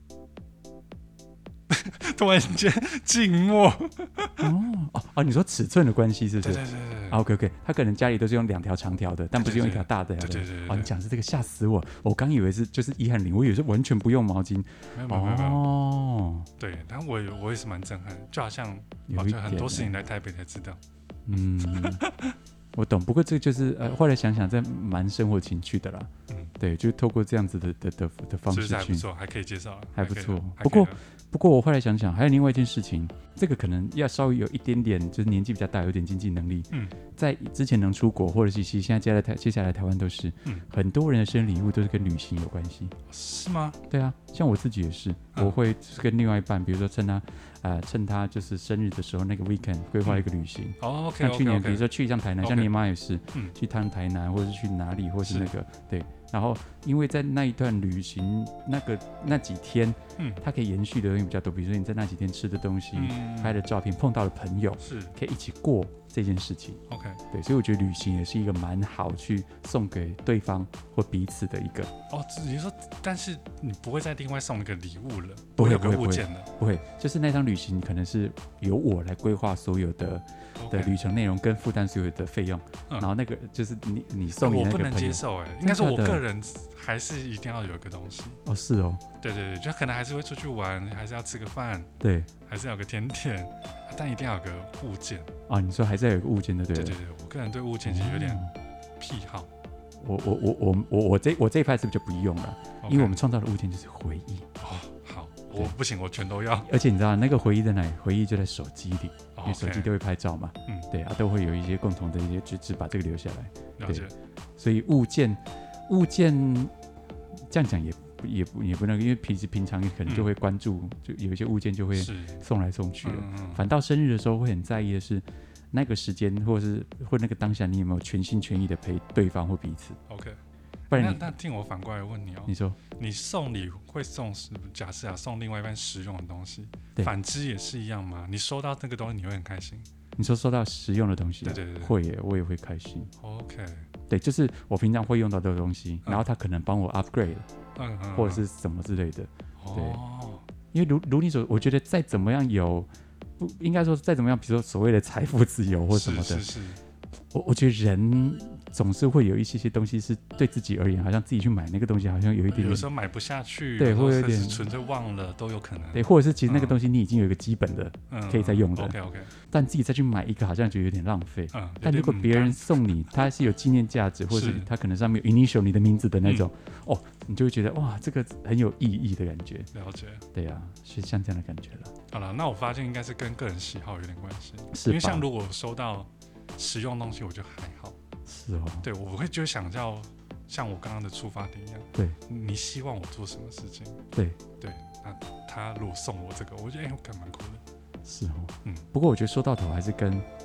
B: 突然间静默。
A: 哦哦哦，你说尺寸的关系是不是？
B: 对对对对。
A: 啊 OK OK， 他可能家里都是用两条长条的，但不是用一条大的。
B: 对对对对。
A: 哦，你讲是这个，吓死我！我刚以为是就是一和零，我以为是完全不用毛巾。
B: 没有没有没有。哦。对，但我我也是蛮震撼，就好像好像很多事情来台北才知道。
A: 嗯。我懂，不过这个就是呃，后来想想，这蛮生活情趣的啦。嗯，对，就透过这样子的的的的方式去，
B: 还不错，还可以介绍，
A: 还不错。不过不过我后来想想，还有另外一件事情，这个可能要稍微有一点点，就是年纪比较大，有点经济能力。嗯，在之前能出国，或者是其实现在接下来台接下来台湾都是，嗯，很多人的生日礼物都是跟旅行有关系。
B: 是吗？
A: 对啊，像我自己也是，嗯，我会跟另外一半，比如说趁他。呃，趁他就是生日的时候，那个 weekend 规划一个旅行。
B: 哦 ，OK，
A: 像去年
B: okay, okay.
A: 比如说去一趟台南，
B: okay.
A: 像你妈也是，
B: 嗯，
A: 去趟台南，或者是去哪里，或是那个对。然后因为在那一段旅行那个那几天，嗯，它可以延续的东西比较多，比如说你在那几天吃的东西、嗯、拍的照片、碰到的朋友，
B: 是
A: 可以一起过这件事情。
B: OK，
A: 对，所以我觉得旅行也是一个蛮好去送给对方或彼此的一个。
B: 哦，你说，但是你不会再另外送一个礼物了，
A: 不会，
B: 有
A: 个
B: 物件了，
A: 不会，就是那趟旅行可能是由我来规划所有的。的旅程内容跟负担所有的费用，嗯、然后那个就是你你送你那个朋友，
B: 我不能接受哎、欸，应该是我个人还是一定要有一个东西
A: 哦，是哦，
B: 对对对，就可能还是会出去玩，还是要吃个饭，
A: 对，
B: 还是要有个甜点，但一定要有个物件
A: 啊。你说还是要有个物件的，对
B: 对对对，我个人对物件其实有点癖好。
A: 我我我我我我这我这一派是不是就不用了？ Okay. 因为我们创造的物件就是回忆
B: 哦。好，我不行，我全都要。
A: 而且你知道那个回忆在哪里？回忆就在手机里。因为手机都会拍照嘛，嗯，对啊，都会有一些共同的一些举止把这个留下来。
B: 了解。
A: 所以物件，物件这样讲也不也不也不那个，因为平时平常可能就会关注，嗯、就有一些物件就会送来送去了。嗯嗯、反倒生日的时候会很在意的是那个时间，或者是或那个当下，你有没有全心全意的陪对方或彼此
B: ？OK。
A: 不然你
B: 那那听我反过来问你哦，
A: 你说
B: 你送礼会送，假设啊送另外一半实用的东西，反之也是一样吗？你收到那个东西你会很开心？
A: 你说收到实用的东西、
B: 啊，对对对，
A: 会耶，我也会开心。
B: OK，
A: 对，就是我平常会用到的东西，然后他可能帮我 upgrade，、嗯、或者是什么之类的。
B: 哦、
A: 对，因为如如你所，我觉得再怎么样有，不应该说再怎么样，比如说所谓的财富自由或什么的，
B: 是是是，
A: 我我觉得人。总是会有一些些东西是对自己而言，好像自己去买那个东西，好像有一点点，
B: 有时候买不下去，
A: 对，会有一点
B: 纯粹忘了都有可能，
A: 对，或者是其实那个东西你已经有一个基本的、嗯、可以再用的、
B: 嗯、，OK OK，
A: 但自己再去买一个好像就有点浪费。嗯，但如果别人送你，它是有纪念价值，或者是它可能上面有 initial 你的名字的那种，嗯、哦，你就会觉得哇，这个很有意义的感觉。
B: 了解，
A: 对啊，是像这样的感觉了。
B: 好了，那我发现应该是跟个人喜好有点关系，
A: 是，
B: 因为像如果收到实用东西，我就还好。
A: 是哦，
B: 对，我会就想要像我刚刚的出发点一样，
A: 对，
B: 你希望我做什么事情？
A: 对
B: 对，那他如果送我这个，我觉得哎，我感蛮酷的。
A: 是哦，嗯，不过我觉得说到头还是跟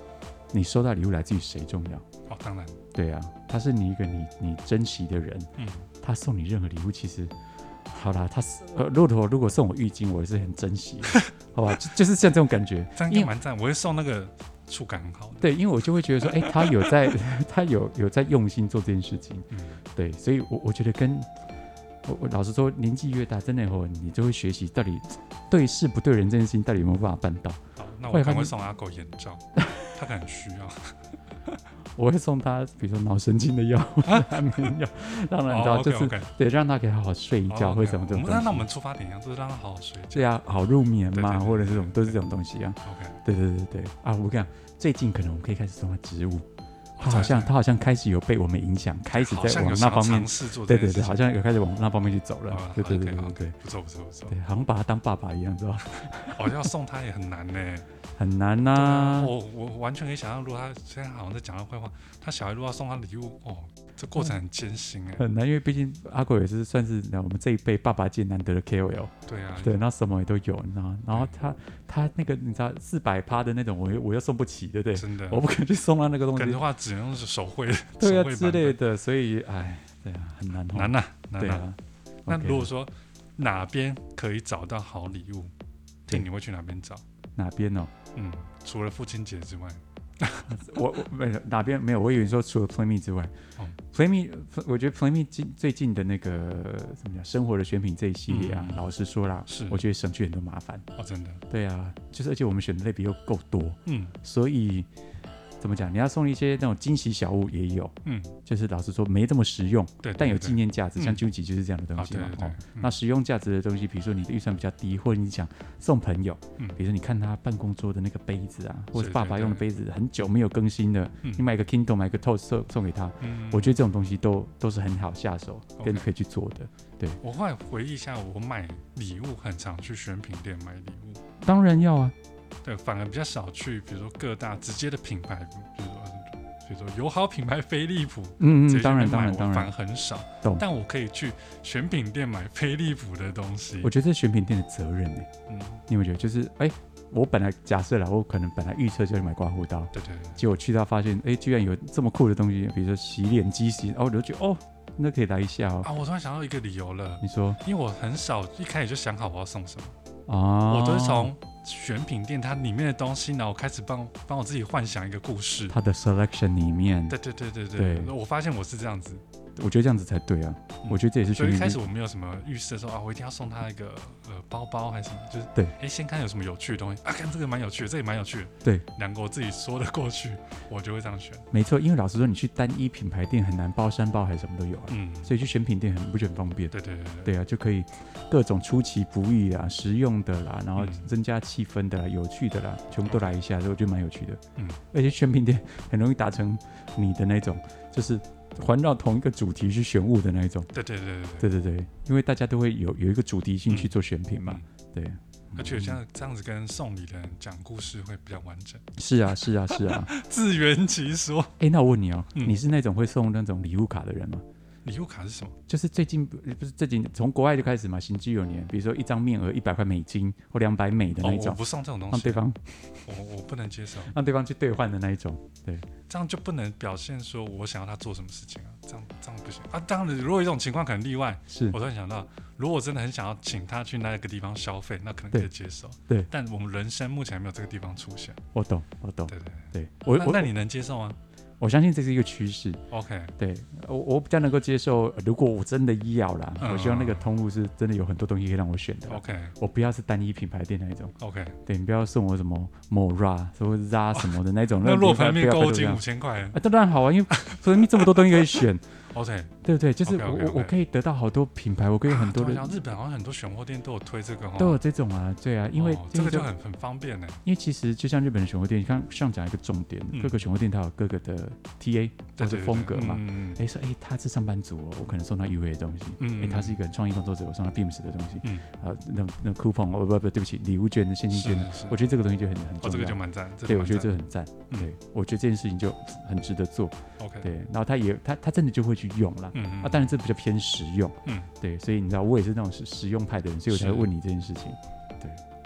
A: 你收到礼物来自于谁重要。
B: 哦，当然。
A: 对啊，他是你一个你你珍惜的人，嗯，他送你任何礼物，其实好啦，他呃，骆驼如果送我浴巾，我也是很珍惜的，好吧，就就是像这种感觉，
B: 这样应该蛮赞。我会送那个触感很好的，
A: 对，因为我就会觉得说，哎、欸，他有在，他有有在用心做这件事情，嗯，对，所以我我觉得跟我我老实说，年纪越大，真的以后你就会学习到底对事不对人这件事情到底有没有办法办到。
B: 好，那我可能会送阿狗眼罩，他可能需要。
A: 我会送他，比如说脑神经的药、安眠药，让他知道，就是、oh, okay, okay. 对，让他可以好好睡一觉，
B: oh, okay.
A: 或者什么这种东西。
B: 那那我们出发点一样，就是让他好好睡觉。
A: 对啊，好入眠嘛，对对对对或者这种都是这种东西啊。
B: OK，
A: 对对对对啊，我跟你讲，最近可能我们可以开始送他植物。他好像他好像开始有被我们影响，开始在往那方面，对对对，好像有开始往那方面去走了。对对对对对，
B: 不错不错不错。
A: 对，好像把他当爸爸一样，知道吧？
B: 哦，要送他也很难呢。
A: 很难呐、啊！
B: 我我完全可以想象，如果他现在好像在讲他坏话，他小孩如果要送他礼物，哦，这过程很艰辛哎，
A: 很难，因为毕竟阿狗也是算是我们这一辈爸爸界难得的 K O L。
B: 对啊，
A: 对，那什么也都有，你知道吗？然后他他那个你知道四百趴的那种，我又我又送不起，对不对？
B: 真的，
A: 我不可能去送他那个东西。
B: 可能的话只能是手绘，
A: 对啊之类的，所以哎，对啊，很难
B: 难呐、啊，难呐、啊。
A: 啊、
B: 那如果说哪边可以找到好礼物，对，你会去哪边找？
A: 哪边哦？
B: 嗯，除了父亲节之外，
A: 我我没有哪边没有，我以为说除了 Play Me 之外、哦、，Play Me， 我觉得 Play Me 最近的那个怎么讲，生活的选品这一系列啊，嗯、老实说啦，
B: 是
A: 我觉得省去很多麻烦
B: 哦，真的，
A: 对啊，就是而且我们选的类别又够多，
B: 嗯，
A: 所以。怎么讲？你要送一些那种惊喜小物也有，嗯，就是老实说没这么实用，
B: 对，
A: 但有纪念价值，
B: 嗯、
A: 像 Gucci 就是这样的东西嘛。
B: 哦、对对对
A: 哦嗯、那实用价值的东西，比如说你的预算比较低，或者你想送朋友，嗯，比如说你看他办公桌的那个杯子啊，或者爸爸用的杯子，很久没有更新的，
B: 嗯、
A: 你买个 Kindle 买个 Toast 送送给他，嗯，我觉得这种东西都都是很好下手，跟可以去做的。对，
B: 我后来回忆一下，我买礼物很常去选品店买礼物，
A: 当然要啊，
B: 对，反而比较少去，比如说各大直接的品牌，比如说。比如说友好品牌飞利浦，
A: 嗯嗯，当然当然当然，
B: 反而很少，但我可以去选品店买飞利浦的东西。
A: 我觉得这是选品店的责任哎，嗯，你有没有觉得就是哎、欸，我本来假设了，我可能本来预测就是买刮胡刀，
B: 对对对，
A: 结果去到发现，哎、欸，居然有这么酷的东西，比如说洗脸机洗，哦，我就觉得哦，那可以来一下哦。
B: 啊，我突然想到一个理由了，
A: 你说，
B: 因为我很少一开始就想好我要送什么。
A: 哦，
B: 我都是从选品店它里面的东西，然后我开始帮帮我自己幻想一个故事。
A: 它的 selection 里面，
B: 对对对对 对, 對，我发现我是这样子，
A: 我觉得这样子才对啊。嗯、我觉得这也是选品店。
B: 所以一开始我没有什么预设说啊，我一定要送他一个呃包包还是什么，就是
A: 对，
B: 哎先看有什么有趣的东西啊，看这个蛮有趣的，这也蛮有趣的，
A: 对，
B: 两个我自己说得过去，我就会这样选。
A: 没错，因为老实说，你去单一品牌店很难包山包海什么都有啊，嗯，所以去选品店很不觉得很方便。
B: 对对对对，
A: 对啊，就可以各种出其不意啦、实用的啦，然后增加气氛的啦、有趣的啦，全部都来一下，所以我觉得蛮有趣的。嗯，而且选品店很容易达成你的那种，就是环绕同一个主题去选物的那一种。
B: 对对对对
A: 对对对，因为大家都会有有一个主题性去做选品嘛。嗯、对。
B: 而且像这样子跟送礼的人讲故事会比较完整。
A: 是啊，是啊，是啊，
B: 自圆其说。
A: 哎、欸，那我问你哦、喔，嗯、你是那种会送那种礼物卡的人吗？
B: 礼物卡是什么？
A: 就是最近不是最近从国外就开始嘛，行之有年。比如说一张面额一百块美金或两百美的那一种、
B: 哦，我不送这种东西，
A: 让对方
B: 我我不能接受，
A: 让对方去兑换的那一种，对，
B: 这样就不能表现说我想要他做什么事情啊，这样这样不行啊。当然，如果有一种情况可能例外，
A: 是
B: 我突然想到，如果我真的很想要请他去那个地方消费，那可能可以接受，
A: 对。对
B: 但我们人生目前还没有这个地方出现。
A: 我懂，我懂，
B: 对对
A: 对，对我
B: 那, 那你能接受吗？
A: 我相信这是一个趋势。
B: OK，
A: 对我我比较能够接受。如果我真的要啦，嗯、我希望那个通路是真的有很多东西可以让我选的。
B: OK， 我
A: 不要是单一品牌店那一种。
B: OK，
A: 对你不要送我什么 Mora 或者 Z 什么的那种。
B: 那若盘面购物金五千块，
A: 啊，当然好啊，因为分明这么多东西可以选。
B: OK，
A: 对不对？就是我 okay, okay, okay. 我可以得到好多品牌，我可以很多的。
B: 啊、日本好像很多选货店都有推这个、哦，
A: 都有这种啊，对啊，因为、
B: 哦、这个就很很方便呢。
A: 因为其实就像日本的选货店，你看上讲一个重点，嗯、各个选货店它有各个的 T A 或者风格嘛。哎，说哎他是上班族哦，我可能送他 U A 的东西。嗯，哎他是一个创意工作者，我送他 Beams 的东西。嗯，啊那那 coupon 哦不不对不起，礼物券的现金券，我觉得这个东西就很很重要。
B: 哦，这个就蛮赞。
A: 对，我觉得这个很赞。对，我觉得这件事情就很值得做。
B: OK，
A: 对，然后他也他他真的就会去用了。嗯。啊，当然这比较偏实用，嗯，对，所以你知道我也是那种实实用派的人，所以我才会问你这件事情。对，
B: 好了，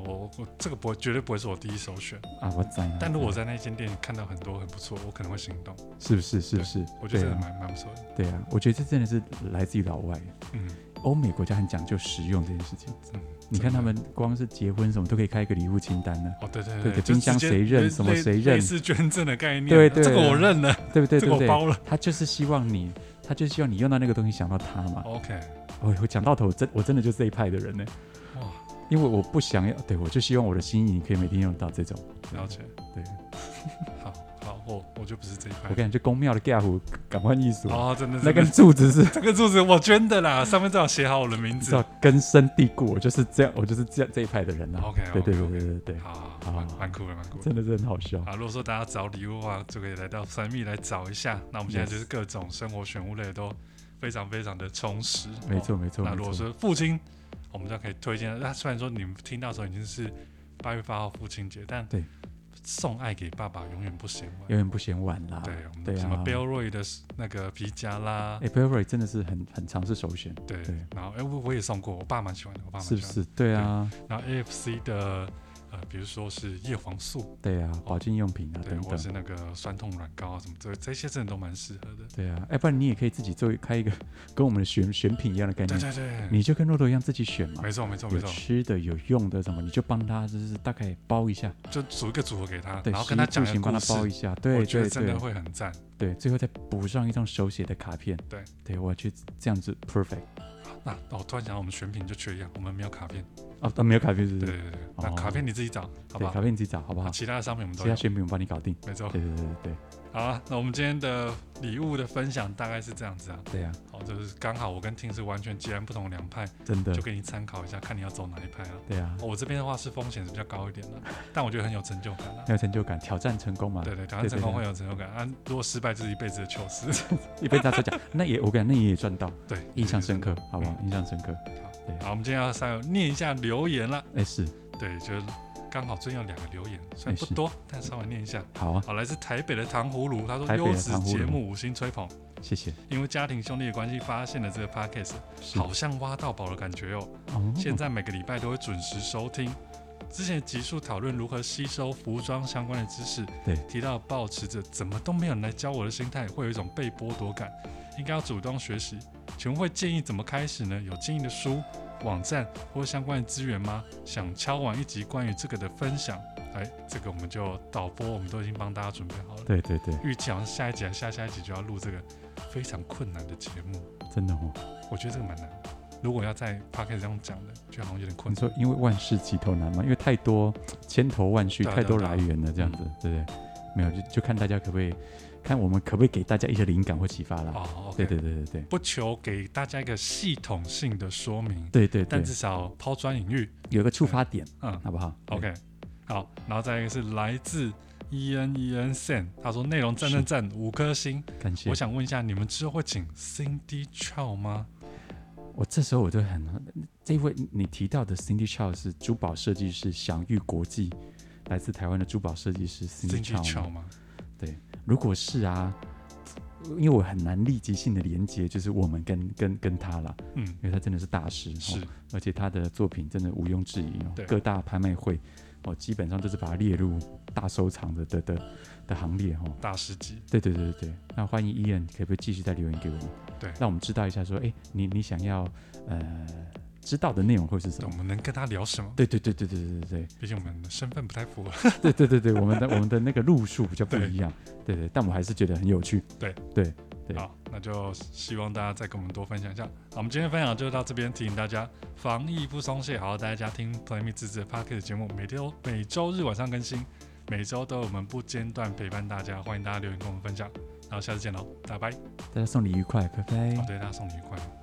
B: 我我这个不会，绝对不会是我第一首选
A: 啊，我知。
B: 但如果我在那间店看到很多很不错，我可能会心动，
A: 是不是？是不是？
B: 我觉得真的蛮蛮不错的。
A: 对啊，我觉得这真的是来自于老外。嗯，欧美国家很讲究实用这件事情。嗯，你看他们光是结婚什么都可以开一个礼物清单呢。
B: 哦，对对对，
A: 对，冰箱谁认什么谁认，
B: 类似捐赠的概念。
A: 对对，
B: 这个我认了，
A: 对不对？
B: 这个我包了。
A: 他就是希望你，他就是希望你用到那个东西想到他嘛。
B: OK。
A: 哦，我讲到头，真我真的就是这一派的人呢。哇，因为我不想要，对我就希望我的心意你可以每天用到这种。
B: 了解，
A: 对。
B: 好，好，我我就不是这一派。
A: 我感觉公庙的架虎感官艺术
B: 哦，真的，
A: 那根柱子是
B: 这个柱子我捐的啦，上面正好写好我的名字，
A: 根深蒂固，我就是这样，我就是这样这一派的人啦。
B: OK，
A: 对对对对对对，
B: 好，好，蛮酷的，蛮酷的，
A: 真的是很好笑
B: 啊！如果说大家找礼物的话，就可以来到三密来找一下。那我们现在就是各种生活选物类都非常非常的充实，
A: 没错没错。
B: 那如果说父亲，我们就可以推荐。那虽然说你们听到的时候已经是八月八号父亲节，但
A: 对。
B: 送爱给爸爸永远不嫌晚，
A: 永远不嫌晚啦。
B: 对，我们什么 Bellroy 的那个皮夹啦，
A: 哎 ，Bellroy 真的是很很常是首选。
B: 对，然后哎，我我也送过，我爸蛮喜欢的，我爸蛮喜欢的。
A: 是不是？对啊。
B: 然后 A F C 的呃，比如说是叶黄素，
A: 对啊，保健用品啊等等，
B: 或是那个酸痛软膏啊什么，这这些真的都蛮适合的。
A: 对啊，哎，不然你也可以自己做开一个跟我们的选选品一样的概念。
B: 对对对，
A: 你就跟骆驼一样自己选嘛。
B: 没错没错没错。
A: 有吃的有用的什么，你就帮他就是大概包一下，
B: 就组一个组合给他，
A: 然
B: 后跟他讲个故事，
A: 帮他包一下。对对对，
B: 真的会很赞。
A: 对，最后再补上一张手写的卡片。
B: 对
A: 对，我觉得这样子 perfect。
B: 那我突然想到，我们选品就缺一样，我们没有卡片。
A: 哦，没有卡片是不是？
B: 对对对，那卡片你自己找，好不好？
A: 卡片你自己找，好不好？
B: 其他的商品我们都有，
A: 其他选品我帮你搞定。
B: 没错。
A: 对对对对。
B: 好啊，那我们今天的礼物的分享大概是这样子啊。
A: 对啊。
B: 好，就是刚好我跟听是完全截然不同的两派，
A: 真的，
B: 就给你参考一下，看你要走哪一派啊。
A: 对啊。
B: 我这边的话是风险是比较高一点的，但我觉得很有成就感啊。
A: 很有成就感，挑战成功嘛。
B: 对对，挑战成功会有成就感啊。如果失败就是一辈子的糗事，
A: 一辈子大抽奖，那也我感觉那也赚到。
B: 对，
A: 印象深刻，好不好？印象深刻。
B: 好，我们今天要稍微念一下留言了。
A: 哎，是
B: 对，就是刚好最近有两个留言，虽然不多，但稍微念一下。
A: 好啊，
B: 好，来自台北的糖葫芦，他说优质节目五星吹捧，
A: 谢谢。
B: 因为家庭兄弟的关系，发现了这个 podcast， 好像挖到宝的感觉哦。哦，现在每个礼拜都会准时收听。之前集数讨论如何吸收服装相关的知识，
A: 对，
B: 提到抱持着怎么都没有人来教我的心态，会有一种被剥夺感，应该要主动学习。请问会建议怎么开始呢？有建议的书、网站或相关的资源吗？想敲完一集关于这个的分享，哎，这个我们就导播，我们都已经帮大家准备好了。
A: 对对对，
B: 预计好像下一集还下下一集就要录这个非常困难的节目，
A: 真的哦，
B: 我觉得这个蛮难的。如果要在 podcast 这样讲的，就好像有点困难。
A: 你说因为万事起头难嘛，因为太多千头万绪，太多来源了，这样子，对不对？没有，就就看大家可不可以。看我们可不可以给大家一些灵感或启发啦？
B: 哦， okay，
A: 对对对对对，
B: 不求给大家一个系统性的说明，
A: 对 对， 对，
B: 但至少抛砖引玉，
A: 有一个触发点，
B: 嗯，
A: 好不好
B: ？OK， 好，然后再一个是来自 E N E N Sen， 他说内容赞赞赞，五颗星，
A: 感谢。
B: 我想问一下，你们之后会请 Cindy Chow 吗？
A: 我这时候我就很，这位你提到的 Cindy Chow 是珠宝设计师享誉国际，来自台湾的珠宝设计师 Cindy Chow 吗？对。如果是啊，因为我很难立即性的连接，就是我们跟跟跟他啦，嗯，因为他真的是大师，
B: 是，
A: 哦，而且他的作品真的毋庸置疑哦，各大拍卖会哦，基本上都是把它列入大收藏的的的的行列哦，
B: 大师级，
A: 对对对对对，那欢迎 Ian 可不可以继续再留言给我们？
B: 对，
A: 让我们知道一下说，哎，你你想要呃。知道的内容会是什么？
B: 我们能跟他聊什么？
A: 对对对对对对对对，
B: 毕竟我们的身份不太符合。
A: 对对对对，我们的我们的那个路数比较不一样。对 对, 对，但我还是觉得很有趣。
B: 对
A: 对对，
B: 好，那就希望大家再跟我们多分享一下。好，我们今天分享就到这边，提醒大家防疫不松懈，好好待在家听 Play Me 自制的 Podcast 的节目，每周每周日晚上更新，每周都有我们不间断陪伴大家，欢迎大家留言跟我们分享。然后下次见喽，大家拜，
A: 大家送礼愉快，拜拜。
B: 哦，对，大家送礼愉快。